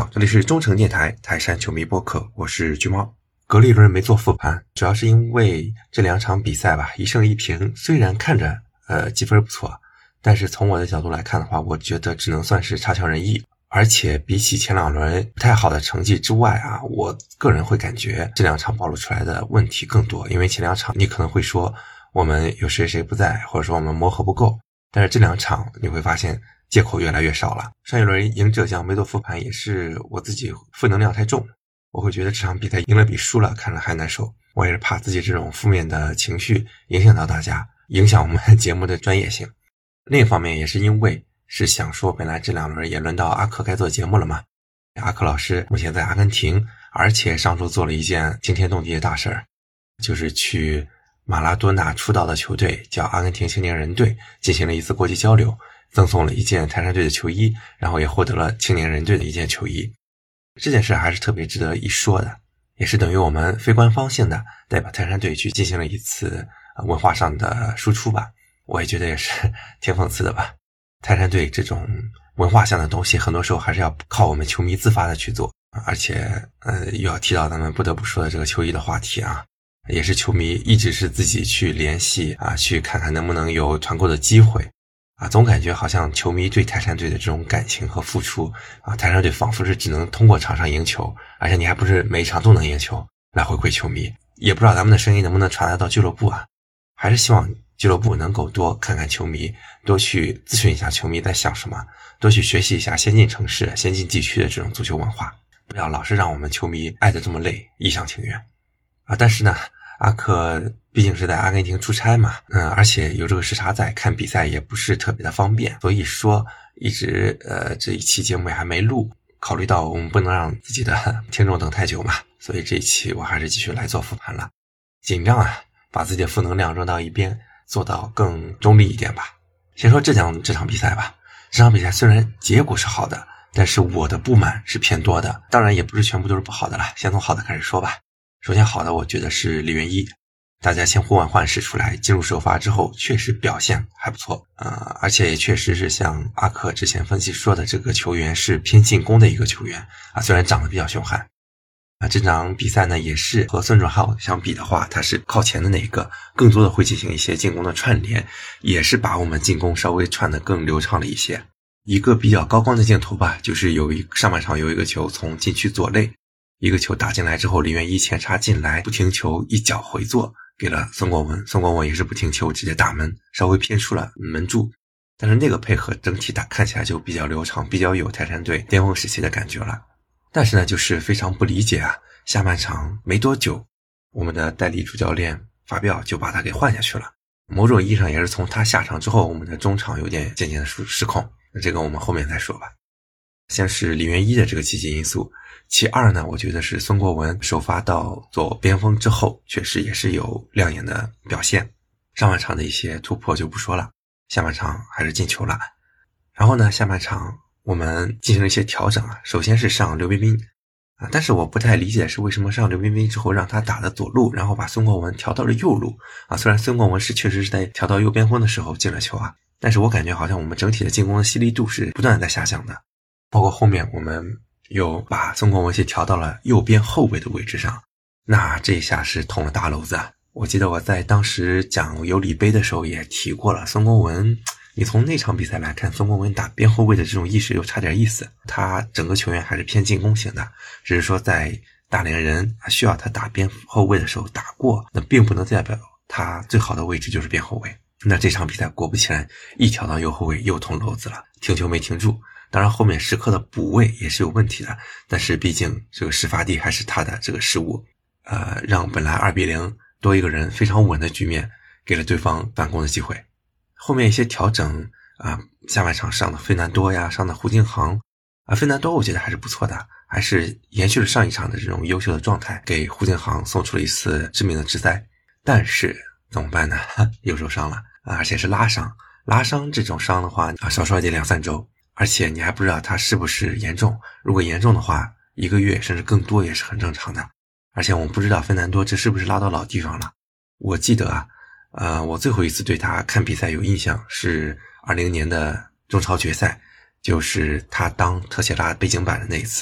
这里是中诚电台泰山球迷播客，我是橘猫。隔了一轮没做复盘，主要是因为这2场比赛吧，1胜1平，虽然看着积分不错，但是从我的角度来看的话，我觉得只能算是差强人意。而且比起前2轮不太好的成绩之外啊，我个人会感觉这2场暴露出来的问题更多。因为前2场你可能会说我们有谁不在，或者说我们磨合不够，但是这2场你会发现借口越来越少了。上一轮赢浙江没做复盘也是我自己负能量太重，我会觉得这场比赛赢了比输了看了还难受。我也是怕自己这种负面的情绪影响到大家，影响我们节目的专业性。另一方面也是因为是想说本来这2轮也轮到阿克该做节目了嘛。阿克老师目前在阿根廷，而且上周做了一件惊天动地的大事儿，就是去马拉多纳出道的球队叫阿根廷青年人队进行了一次国际交流，赠送了一件泰山队的球衣，然后也获得了青年人队的一件球衣。这件事还是特别值得一说的，也是等于我们非官方性的代表泰山队去进行了一次文化上的输出吧。我也觉得也是挺讽刺的吧。泰山队这种文化向的东西很多时候还是要靠我们球迷自发的去做，而且又要提到咱们不得不说的这个球衣的话题啊，也是球迷一直是自己去联系啊，去看看能不能有团购的机会啊。总感觉好像球迷对泰山队的这种感情和付出啊，泰山队仿佛是只能通过场上赢球，而且你还不是每一场都能赢球来回馈球迷。也不知道咱们的声音能不能传达到俱乐部啊，还是希望俱乐部能够多看看球迷，多去咨询一下球迷在想什么，多去学习一下先进城市先进地区的这种足球文化，不要老是让我们球迷爱得这么累，一厢情愿啊。但是呢，阿克毕竟是在阿根廷出差嘛，而且有这个时差在，看比赛也不是特别的方便，所以说一直这一期节目也还没录，考虑到我们不能让自己的听众等太久嘛，所以这一期我还是继续来做复盘了。紧张啊，把自己的负能量扔到一边，做到更中立一点吧。先说浙江这场比赛吧。这场比赛虽然结果是好的，但是我的不满是偏多的，当然也不是全部都是不好的了，先从好的开始说吧。首先好的我觉得是李元一，大家先呼唤唤使出来，进入首发之后确实表现还不错，而且也确实是像阿克之前分析说的，这个球员是偏进攻的一个球员啊，虽然长得比较凶悍啊。这场比赛呢也是和孙准浩相比的话，他是靠前的那一个，更多的会进行一些进攻的串联，也是把我们进攻稍微串得更流畅了一些。一个比较高光的镜头吧，就是上半场有一个球从禁区左肋，一个球打进来之后，李元一前插进来不停球，一脚回做给了孙国文，孙国文也是不停球直接打门，稍微偏出了门柱，但是那个配合整体看起来就比较流畅，比较有泰山队巅峰时期的感觉了。但是呢就是非常不理解啊，下半场没多久我们的代理主教练发表就把他给换下去了，某种意义上也是从他下场之后，我们的中场有点渐渐的失控，这个我们后面再说吧。先是李元一的这个积极因素，其二呢，我觉得是孙国文首发到做边锋之后确实也是有亮眼的表现，上半场的一些突破就不说了，下半场还是进球了。然后呢下半场我们进行了一些调整啊，首先是上刘彬彬啊，但是我不太理解是为什么上刘彬彬之后让他打的左路，然后把孙国文调到了右路啊。虽然孙国文确实是在调到右边锋的时候进了球啊，但是我感觉好像我们整体的进攻的犀利度是不断的在下降的，包括后面我们又把孙国文去调到了右边后卫的位置上，那这一下是捅了大娄子啊。我记得我在当时讲尤里杯的时候也提过了，孙国文你从那场比赛来看，孙国文打边后卫的这种意识又差点意思，他整个球员还是偏进攻型的，只是说在大连人需要他打边后卫的时候打过，那并不能代表他最好的位置就是边后卫。那这场比赛果不其然一调到右后卫又捅娄子了，停球没停住，当然后面时刻的补位也是有问题的，但是毕竟这个始发地还是他的这个失误，让本来2-0多一个人非常稳的局面给了对方反攻的机会。后面一些调整啊，下半场上的费南多呀，上的胡金航啊，费南多我觉得还是不错的，还是延续了上一场的这种优秀的状态，给胡金航送出了一次致命的直塞。但是怎么办呢？又受伤了啊，而且是拉伤这种伤的话啊，少说也得2-3周，而且你还不知道他是不是严重，如果严重的话1个月甚至更多也是很正常的。而且我们不知道费南多这是不是拉到老地方了。我记得我最后一次对他看比赛有印象是20年的中超决赛，就是他当特谢拉背景板的那一次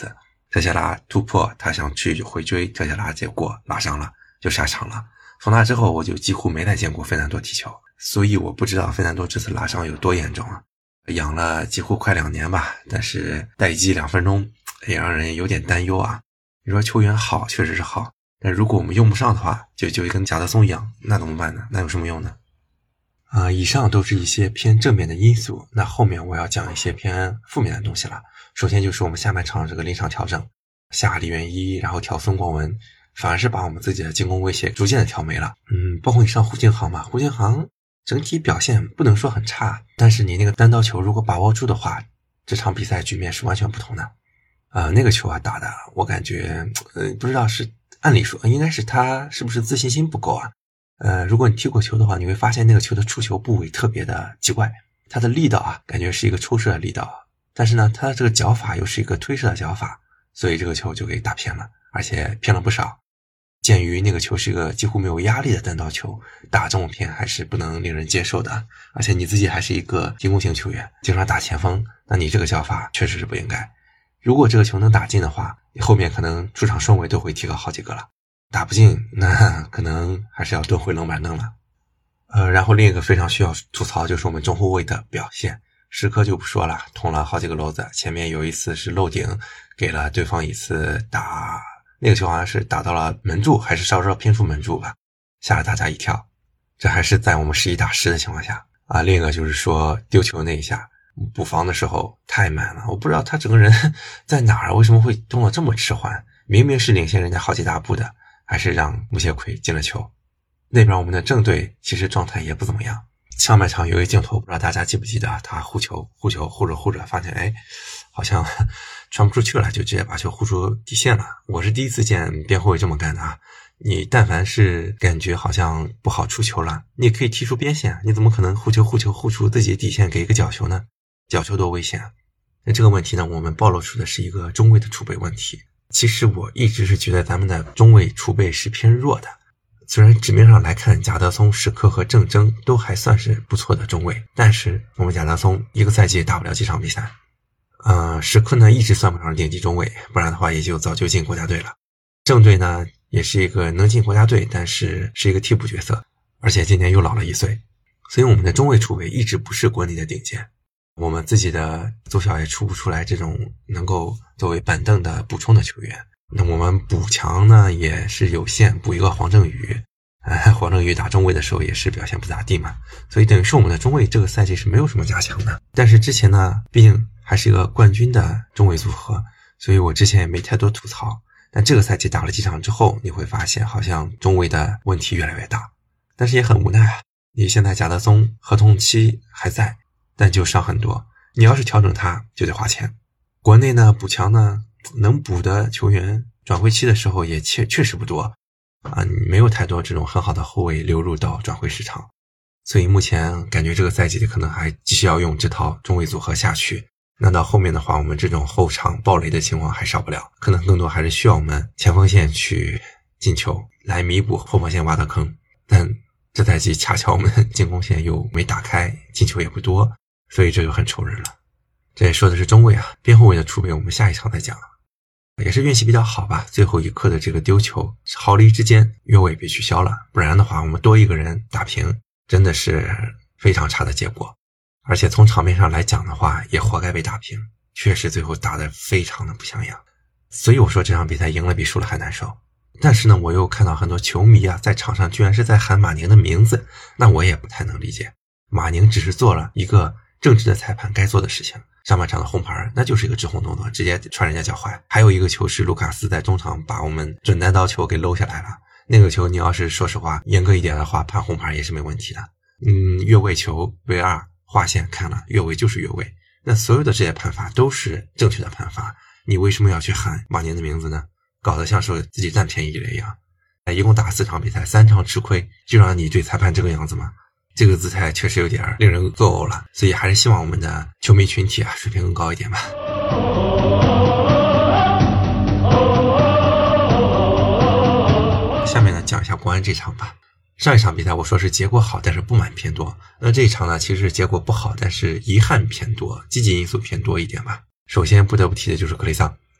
特谢拉突破，他想去回追特谢拉，结果拉伤了，就下场了。从那之后我就几乎没再见过费南多踢球，所以我不知道费南多这次拉伤有多严重啊。养了几乎快2年吧，但是待机2分钟也让人有点担忧啊。你说球员好确实是好，但如果我们用不上的话，就跟贾德松一样，那怎么办呢？那有什么用呢？以上都是一些偏正面的因素，那后面我要讲一些偏负面的东西了。首先就是我们下半场这个临场调整，下李元一，然后调孙光文，反而是把我们自己的进攻威胁逐渐的调没了。包括你上胡金航嘛，胡金航整体表现不能说很差，但是你那个单刀球如果把握住的话，这场比赛局面是完全不同的。那个球打的我感觉不知道是按理说应该是他是不是自信心不够啊。如果你踢过球的话，你会发现那个球的触球部位特别的奇怪，它的力道感觉是一个抽射的力道，但是呢它的这个脚法又是一个推射的脚法，所以这个球就给打偏了，而且偏了不少。鉴于那个球是一个几乎没有压力的单刀球，打这么偏还是不能令人接受的。而且你自己还是一个进攻型球员，经常打前锋，那你这个脚法确实是不应该。如果这个球能打进的话，你后面可能出场顺位都会提高好几个了。打不进，那可能还是要蹲回冷板凳了。然后另一个非常需要吐槽就是我们中后卫的表现，时刻就不说了，捅了好几个篓子。前面有一次是漏顶，给了对方一次打，那个球好像是打到了门柱，还是稍稍偏出门柱吧，吓了大家一跳。这还是在我们11打10的情况下啊。另一个就是说丢球那一下，补防的时候太慢了，我不知道他整个人在哪儿，为什么会动得这么迟缓？明明是领先人家好几大步的，还是让穆谢奎进了球。那边我们的正队其实状态也不怎么样。上半场有一个镜头，不知道大家记不记得，他护球护着发现好像传不出去了，就直接把球护出底线了。我是第一次见边后卫这么干的啊。你但凡是感觉好像不好出球了，你也可以踢出边线，你怎么可能护出自己底线给一个角球呢？角球多危险啊。那这个问题呢，我们暴露出的是一个中卫的储备问题。其实我一直是觉得咱们的中卫储备是偏弱的，虽然纸面上来看贾德松、时刻和郑铮都还算是不错的中卫，但是我们贾德松一个赛季也打不了几场比赛。时刻呢一直算不上顶级中卫，不然的话也就早就进国家队了。郑队呢也是一个能进国家队，但是是一个替补角色，而且今年又老了1岁，所以我们的中卫储备一直不是国内的顶尖。我们自己的奏效也出不出来这种能够作为板凳的补充的球员。那我们补强呢也是有限，补一个黄正宇，黄正宇打中卫的时候也是表现不咋地嘛，所以等于是我们的中卫这个赛季是没有什么加强的。但是之前呢毕竟还是一个冠军的中卫组合，所以我之前也没太多吐槽。但这个赛季打了几场之后，你会发现好像中卫的问题越来越大，但是也很无奈啊。你现在贾德松合同期还在，但就伤很多，你要是调整他就得花钱。国内呢补强呢能补的球员转会期的时候也确实不多没有太多这种很好的后卫流入到转会市场，所以目前感觉这个赛季可能还继续要用这套中卫组合下去。那到后面的话，我们这种后场爆雷的情况还少不了，可能更多还是需要我们前锋线去进球来弥补后防线挖的坑。但这赛季恰巧我们进攻线又没打开，进球也不多，所以这就很愁人了。这也说的是中卫啊，边后卫的储备我们下一场再讲。也是运气比较好吧，最后一刻的这个丢球，毫厘之间越位被取消了，不然的话我们多一个人打平，真的是非常差的结果。而且从场面上来讲的话，也活该被打平，确实最后打得非常的不像样。所以我说这场比赛赢了比输了还难受。但是呢，我又看到很多球迷在场上居然是在喊马宁的名字，那我也不太能理解。马宁只是做了一个正直的裁判该做的事情，上半场的红牌那就是一个直红动作，直接穿人家脚踝。还有一个球是卢卡斯在中场把我们准单刀球给搂下来了，那个球你要是说实话严格一点的话，判红牌也是没问题的。越位球 VR 划线看了，越位就是越位，那所有的这些判罚都是正确的判罚，你为什么要去喊马宁的名字呢？搞得像是自己占便宜了一样。一共打4场比赛，3场吃亏，就让你对裁判这个样子吗？这个姿态确实有点令人作呕了，所以还是希望我们的球迷群体水平更高一点吧。下面呢讲一下国安这场吧。上一场比赛我说是结果好，但是不满偏多。那这一场呢，其实结果不好，但是遗憾偏多，积极因素偏多一点吧。首先不得不提的就是格雷桑，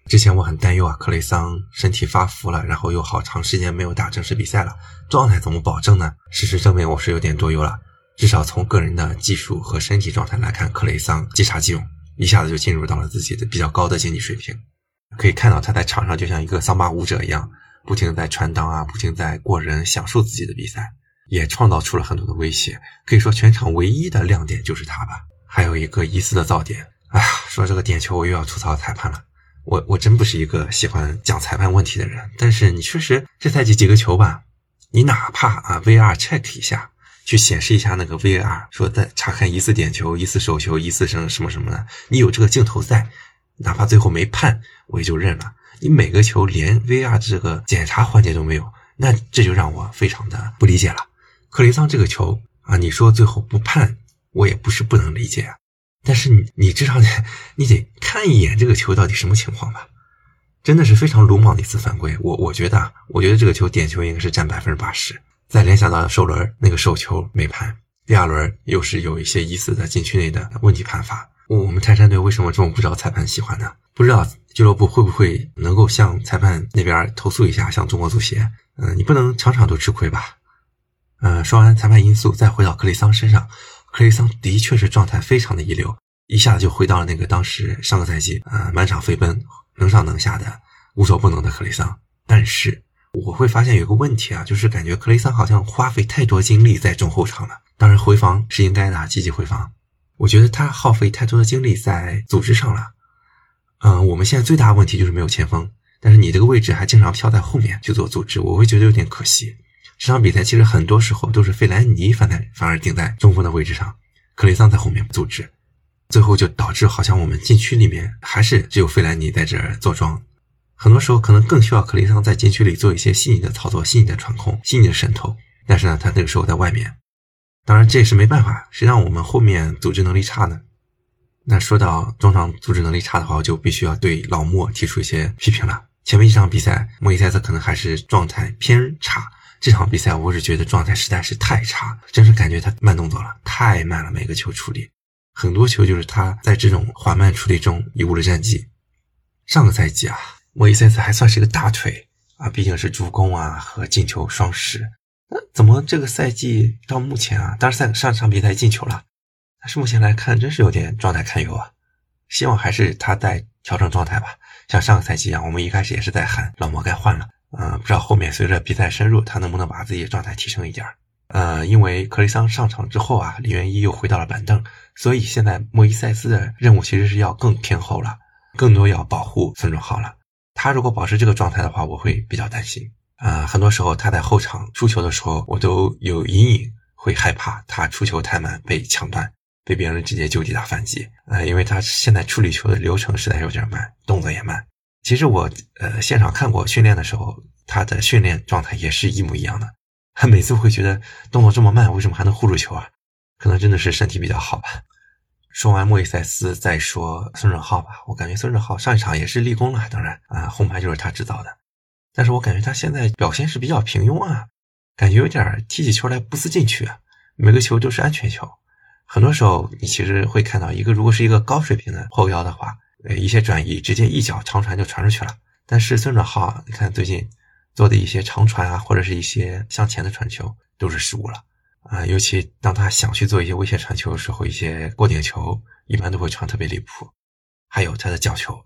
之前我很担忧啊，克雷桑身体发福了，然后又好长时间没有打正式比赛了，状态怎么保证呢？事实证明我是有点多忧了。至少从个人的技术和身体状态来看，克雷桑即插即用，一下子就进入到了自己的比较高的竞技水平。可以看到他在场上就像一个桑巴舞者一样，不停地在穿裆啊，不停地在过人，享受自己的比赛，也创造出了很多的威胁。可以说全场唯一的亮点就是他吧。还有一个疑似的噪点。说这个点球我又要吐槽裁判了。我真不是一个喜欢讲裁判问题的人，但是你确实这赛季几个球吧，你哪怕VR check 一下，去显示一下那个 VAR 说在查看疑似点球、疑似手球、疑似什么什么的，你有这个镜头在，哪怕最后没判我也就认了。你每个球连 VAR 这个检查环节都没有，那这就让我非常的不理解了。克雷桑这个球你说最后不判我也不是不能理解但是你至少你得看一眼这个球到底什么情况吧。真的是非常鲁莽的一次犯规。我觉得这个球点球应该是占 80%。再联想到首轮那个手球没判，第二轮又是有一些疑似的禁区内的问题判罚。我们泰山队为什么这么不招裁判喜欢呢？不知道俱乐部会不会能够向裁判那边投诉一下，向中国足协。你不能场场都吃亏吧。说完裁判因素，再回到克雷桑身上，克雷桑的确是状态非常的一流，一下子就回到了那个当时上个赛季满场飞奔能上能下的无所不能的克雷桑。但是我会发现有一个问题就是感觉克雷桑好像花费太多精力在中后场了。当然回防是应该的，积极回防。我觉得他耗费太多的精力在组织上了。我们现在最大的问题就是没有前锋，但是你这个位置还经常飘在后面去做组织，我会觉得有点可惜。这场比赛其实很多时候都是费兰尼反而定在中锋的位置上，克雷桑在后面组织，最后就导致好像我们禁区里面还是只有费兰尼在这儿坐庄。很多时候可能更需要克雷桑在禁区里做一些细腻的操作、细腻的传控、细腻的渗透，但是呢他那个时候在外面。当然这也是没办法，谁让我们后面组织能力差呢？那说到中场组织能力差的话，我就必须要对老莫提出一些批评了。前面一场比赛莫伊塞斯可能还是状态偏差，这场比赛我是觉得状态实在是太差，真是感觉他慢动作了，太慢了，每个球处理，很多球就是他在这种缓慢处理中贻误了战机。上个赛季莫伊塞斯还算是一个大腿毕竟是助攻和进球双十。怎么这个赛季到目前当然上场比赛进球了，但是目前来看真是有点状态堪忧希望还是他在调整状态吧。像上个赛季一样，我们一开始也是在喊老莫该换了，不知道后面随着比赛深入他能不能把自己的状态提升一点。因为克雷桑上场之后李元一又回到了板凳，所以现在莫伊塞斯的任务其实是要更偏后了，更多要保护孙准浩了。他如果保持这个状态的话，我会比较担心。很多时候他在后场出球的时候，我都有隐隐会害怕他出球太慢被抢断，被别人直接就地打反击。因为他现在处理球的流程实在有点慢，动作也慢。其实我现场看过训练的时候，他的训练状态也是一模一样的。他每次会觉得动作这么慢，为什么还能护住球可能真的是身体比较好吧。说完莫伊塞斯再说孙准浩吧，我感觉孙准浩上一场也是立功了，当然红牌就是他制造的。但是我感觉他现在表现是比较平庸感觉有点踢起球来不思进取每个球都是安全球。很多时候你其实会看到如果是一个高水平的后腰的话，一些转移直接一脚长传就传出去了。但是孙准浩你看最近做的一些长传或者是一些向前的传球都是失误了尤其当他想去做一些威胁传球的时候，一些过顶球一般都会传特别离谱。还有他的角球，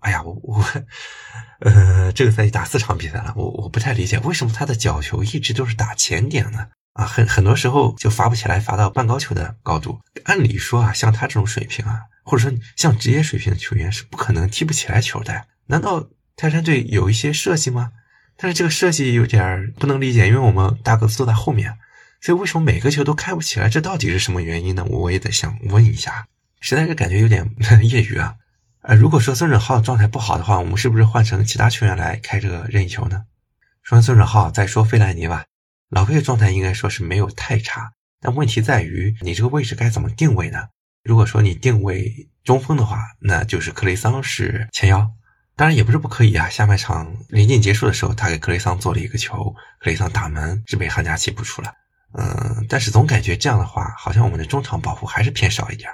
这个赛季打4场比赛了，我不太理解为什么他的角球一直都是打前点呢很多时候就罚不起来，罚到半高球的高度。按理说像他这种水平或者说像职业水平的球员是不可能踢不起来球的。难道泰山队有一些设计吗？但是这个设计有点不能理解，因为我们大个子坐在后面，所以为什么每个球都开不起来？这到底是什么原因呢？我也得想问一下，实在是感觉有点业余如果说孙准浩状态不好的话，我们是不是换成其他球员来开这个任意球呢？说完孙准浩再说费兰尼吧。老费的状态应该说是没有太差，但问题在于你这个位置该怎么定位呢？如果说你定位中锋的话，那就是克雷桑是前腰，当然也不是不可以下半场临近结束的时候，他给克雷桑做了一个球，克雷桑打门是被汉加奇补出了。但是总感觉这样的话好像我们的中场保护还是偏少一点。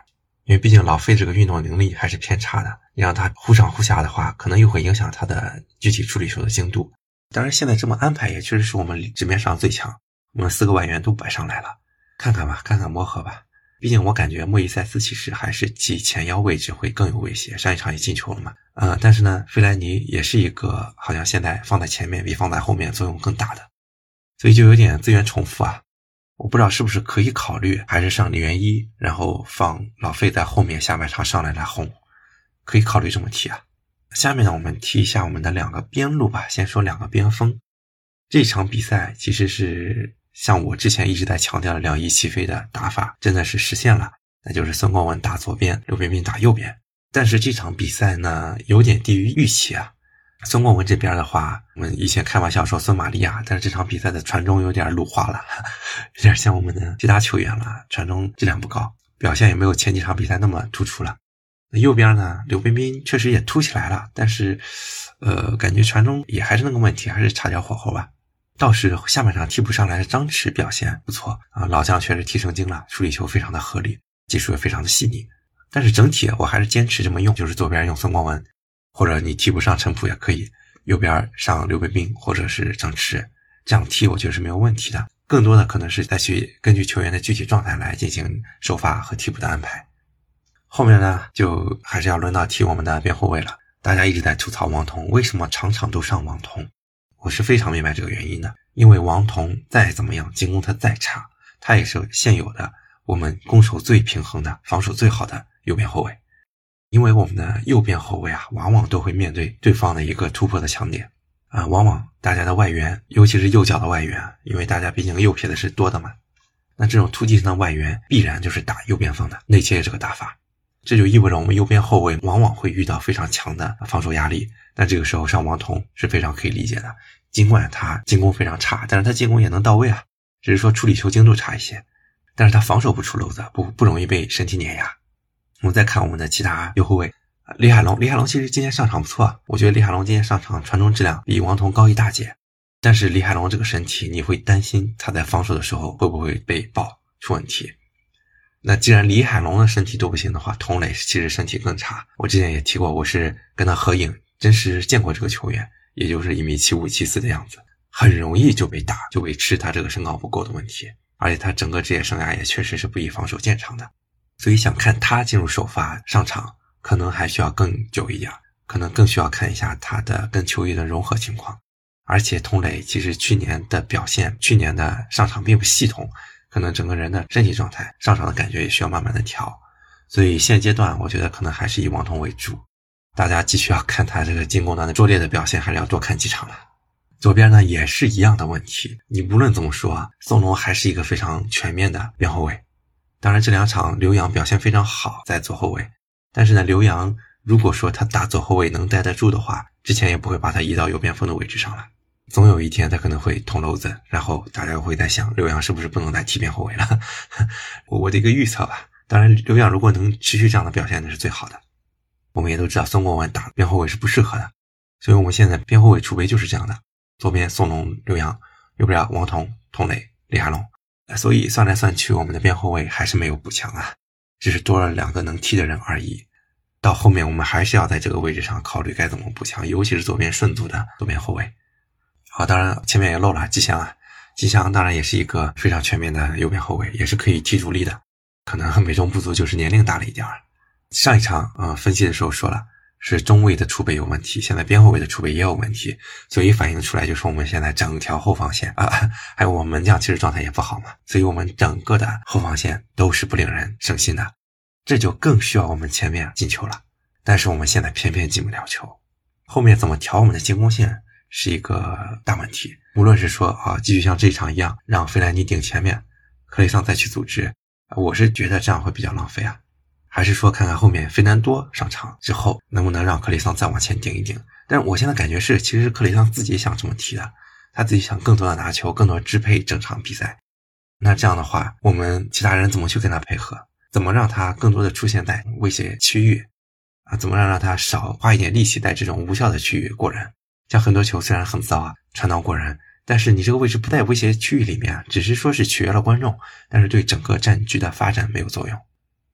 因为毕竟老费这个运动能力还是偏差的，你让他忽上忽下的话，可能又会影响他的具体处理球的精度。当然现在这么安排也确实是我们纸面上最强，我们4个外援都摆上来了，看看吧，看看磨合吧。毕竟我感觉莫伊塞斯其实还是其前腰位置会更有威胁，上一场也进球了嘛。但是呢，费莱尼也是一个好像现在放在前面比放在后面作用更大的，所以就有点资源重复啊。我不知道是不是可以考虑还是上李元一，然后放老费在后面下半场上来轰，可以考虑这么踢啊。下面呢，我们提一下我们的2个边路吧，先说2个边锋。这场比赛其实是像我之前一直在强调的2翼齐飞的打法真的是实现了，那就是孙光文打左边，刘彬彬打右边。但是这场比赛呢有点低于预期啊。孙光文这边的话，我们以前开玩笑说孙玛利亚，但是这场比赛的传中有点鲁化了，有点像我们的其他球员了，传中质量不高，表现也没有前几场比赛那么突出了。右边呢，刘彬彬确实也突起来了，但是感觉传中也还是那个问题，还是差点火候吧。倒是下半场替补上来的张弛表现不错啊，老将确实提升精了，处理球非常的合理，技术也非常的细腻。但是整体我还是坚持这么用，就是左边用孙光文，或者你替补上陈普也可以，右边上刘彬彬或者是张弛，这样踢我觉得是没有问题的。更多的可能是再去根据球员的具体状态来进行首发和替补的安排。后面呢，就还是要轮到踢我们的边后卫了。大家一直在吐槽王彤，为什么场场都上王彤？我是非常明白这个原因的，因为王彤再怎么样，进攻他再差，他也是现有的我们攻守最平衡的、防守最好的右边后卫。因为我们的右边后卫啊，往往都会面对对方的一个突破的强点往往大家的外援，尤其是右脚的外援，因为大家毕竟右撇的是多的嘛，那这种突击型的外援必然就是打右边锋的内切这个打法。这就意味着我们右边后卫往往会遇到非常强的防守压力，但这个时候上王彤是非常可以理解的。尽管他进攻非常差，但是他进攻也能到位啊，只是说处理球精度差一些，但是他防守不出篓子，不容易被身体碾压。我们再看我们的其他右后卫，李海龙其实今天上场不错，我觉得李海龙今天上场传中质量比王彤高一大截，但是李海龙这个身体你会担心他在防守的时候会不会被爆出问题。那既然李海龙的身体都不行的话，童磊其实身体更差。我之前也提过，我是跟他合影，真实见过这个球员，也就是1.75米、1.74米的样子，很容易就被打，就被吃他这个身高不够的问题。而且他整个职业生涯也确实是不以防守见长的，所以想看他进入首发上场，可能还需要更久一点，可能更需要看一下他的跟球队的融合情况。而且童磊其实去年的表现，去年的上场并不系统，可能整个人的身体状态上场的感觉也需要慢慢的调，所以现阶段我觉得可能还是以王彤为主。大家继续要看他这个进攻端的拙劣的表现，还是要多看几场了。左边呢也是一样的问题，你无论怎么说，宋龙还是一个非常全面的边后卫。当然这2场刘洋表现非常好在左后卫，但是呢刘洋如果说他打左后卫能待得住的话，之前也不会把他移到右边锋的位置上了。总有一天他可能会捅娄子，然后大家会在想刘洋是不是不能再踢边后卫了我的一个预测吧。当然刘洋如果能持续这样的表现那是最好的。我们也都知道孙国文打边后卫是不适合的，所以我们现在边后卫储备就是这样的，左边宋龙、刘洋，右边王彤、童磊、李海龙。所以算来算去我们的边后卫还是没有补强啊，只是多了2个能踢的人而已。到后面我们还是要在这个位置上考虑该怎么补强，尤其是左边顺足的左边后卫。好，当然前面也漏了季翔啊，季翔当然也是一个非常全面的右边后卫，也是可以踢主力的，可能美中不足就是年龄大了一点。上一场分析的时候说了，是中卫的储备有问题，现在边后卫的储备也有问题，所以反映出来就是我们现在整条后防线还有我们门将其实状态也不好嘛，所以我们整个的后防线都是不令人省心的，这就更需要我们前面进球了。但是我们现在偏偏进不了球，后面怎么调我们的进攻线是一个大问题。无论是说继续像这一场一样让费莱尼顶前面，克雷桑再去组织，我是觉得这样会比较浪费啊。还是说看看后面费南多上场之后能不能让克雷桑再往前顶一顶。但是我现在感觉是其实是克雷桑自己想这么踢的，他自己想更多的拿球，更多的支配整场比赛。那这样的话我们其他人怎么去跟他配合，怎么让他更多的出现在威胁区域怎么让他少花一点力气在这种无效的区域过人。像很多球虽然很糟传到过人，但是你这个位置不在威胁区域里面只是说是取悦了观众，但是对整个战局的发展没有作用。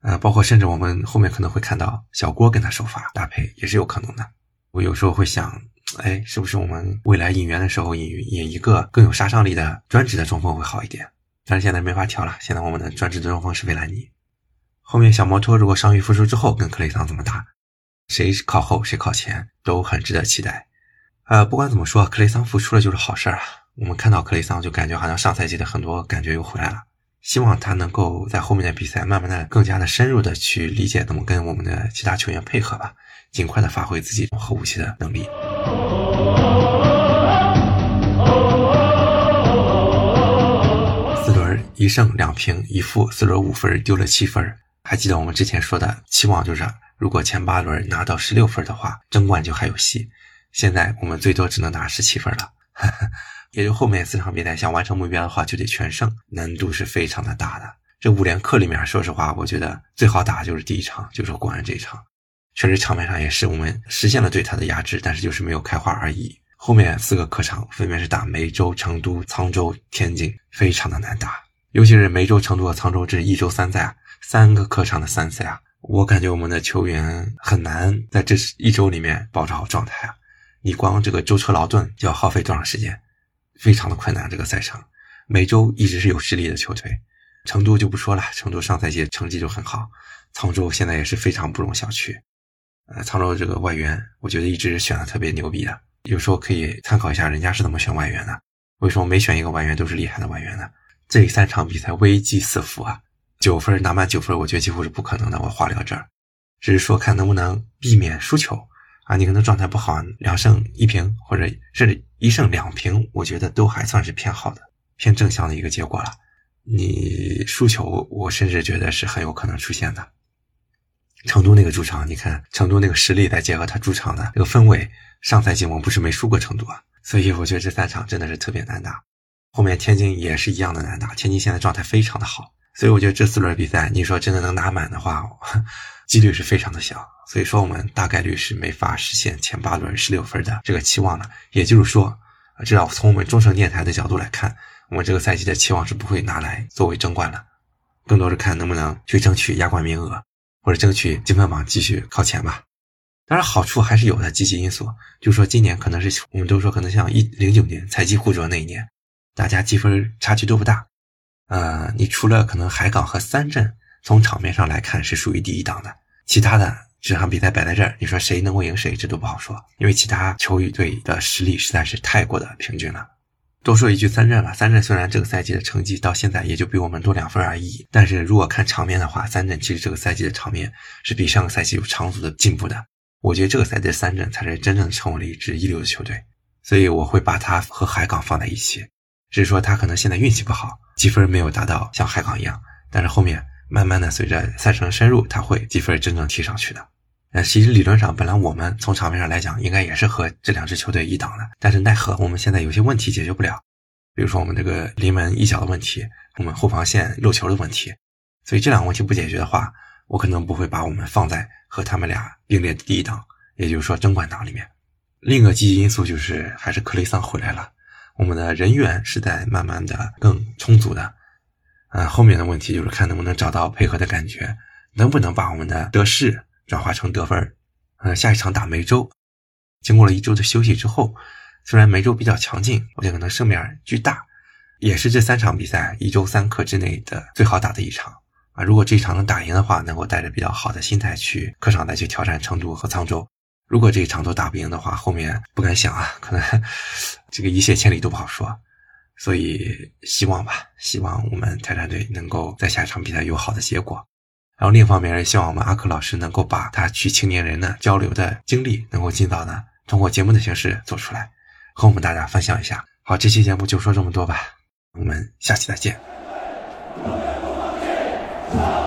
包括甚至我们后面可能会看到小郭跟他首发搭配也是有可能的。我有时候会想，是不是我们未来引援的时候引一个更有杀伤力的专职的中锋会好一点？但是现在没法调了，现在我们的专职的中锋是维兰尼。后面小摩托如果伤愈复出之后跟克雷桑怎么打，谁靠后谁靠前都很值得期待。不管怎么说，克雷桑复出了就是好事啊。我们看到克雷桑就感觉好像上赛季的很多感觉又回来了。希望他能够在后面的比赛慢慢的更加的深入的去理解怎么跟我们的其他球员配合吧，尽快的发挥自己后武器的能力。4轮1胜2平1负，4轮5分丢了7分。还记得我们之前说的期望就是如果前8轮拿到16分的话，争冠就还有戏。现在我们最多只能拿17分了。也就后面4场比赛想完成目标的话就得全胜，难度是非常的大的。这5连客里面说实话我觉得最好打就是第1场，就是国安这一场。确实场面上也是我们实现了对他的压制，但是就是没有开花而已。后面4个客场分别是打梅州、成都、沧州、天津，非常的难打。尤其是梅州、成都和沧州，这1周3赛啊，3个客场的3赛啊，我感觉我们的球员很难在这1周里面保持好状态啊。你光这个舟车劳顿就要耗费多长时间，非常的困难。这个赛程梅州一直是有实力的球队，成都就不说了，成都上赛季成绩就很好，沧州现在也是非常不容小觑。沧州这个外援我觉得一直选的特别牛逼的，有时候可以参考一下人家是怎么选外援的，为什么每选一个外援都是厉害的外援呢？这3场比赛危机四伏啊，9分拿满9分我觉得几乎是不可能的，我话聊这儿只是说看能不能避免输球啊，你可能状态不好，2胜1平或者甚至1胜2平，我觉得都还算是偏好的偏正向的一个结果了。你输球我甚至觉得是很有可能出现的。成都那个主场，你看成都那个实力再结合他主场的这个氛围，上赛季我们不是没输过成都啊，所以我觉得这3场真的是特别难打。后面天津也是一样的难打，天津现在状态非常的好，所以我觉得这4轮比赛你说真的能拿满的话，几率是非常的小，所以说我们大概率是没法实现前8轮16分的这个期望的。也就是说，至少从我们中诚电台的角度来看，我们这个赛季的期望是不会拿来作为争冠了，更多是看能不能去争取亚冠名额，或者争取积分榜继续靠前吧。当然好处还是有的，积极因素就是说今年可能是我们都说可能像09年采集互啄那一年，大家积分差距都不大。你除了可能海港和3镇从场面上来看是属于第1档的，其他的这场比赛摆在这儿，你说谁能够赢谁这都不好说，因为其他球队的实力实在是太过的平均了。多说一句3镇了，3镇虽然这个赛季的成绩到现在也就比我们多2分而已，但是如果看场面的话，3镇其实这个赛季的场面是比上个赛季有长足的进步的。我觉得这个赛季的3镇才是真正成为了一支一流的球队，所以我会把它和海港放在一起。只是说他可能现在运气不好，积分没有达到像海港一样，但是后面慢慢的随着赛程深入，他会积分真正提上去的。其实理论上本来我们从场面上来讲应该也是和这2支球队一档的，但是奈何我们现在有些问题解决不了，比如说我们这个临门一脚的问题，我们后防线漏球的问题，所以这2个问题不解决的话，我可能不会把我们放在和他们俩并列的第1档，也就是说争冠档里面。另一个积极因素就是还是克雷桑回来了，我们的人员是在慢慢的更充足的。后面的问题就是看能不能找到配合的感觉，能不能把我们的得失转化成得分。下一场打梅州，经过了1周的休息之后，虽然梅州比较强劲，我觉得可能胜面巨大，也是这3场比赛1周3课之内的最好打的一场啊。如果这一场能打赢的话，能够带着比较好的心态去客场再去挑战成都和沧州。如果这一场都打不赢的话，后面不敢想啊，可能这个一泻千里都不好说。所以希望吧，希望我们泰山队能够在下一场比赛有好的结果。然后另一方面也希望我们阿克老师能够把他去青年人的交流的经历能够尽早的通过节目的形式做出来，和我们大家分享一下。好，这期节目就说这么多吧，我们下期再见。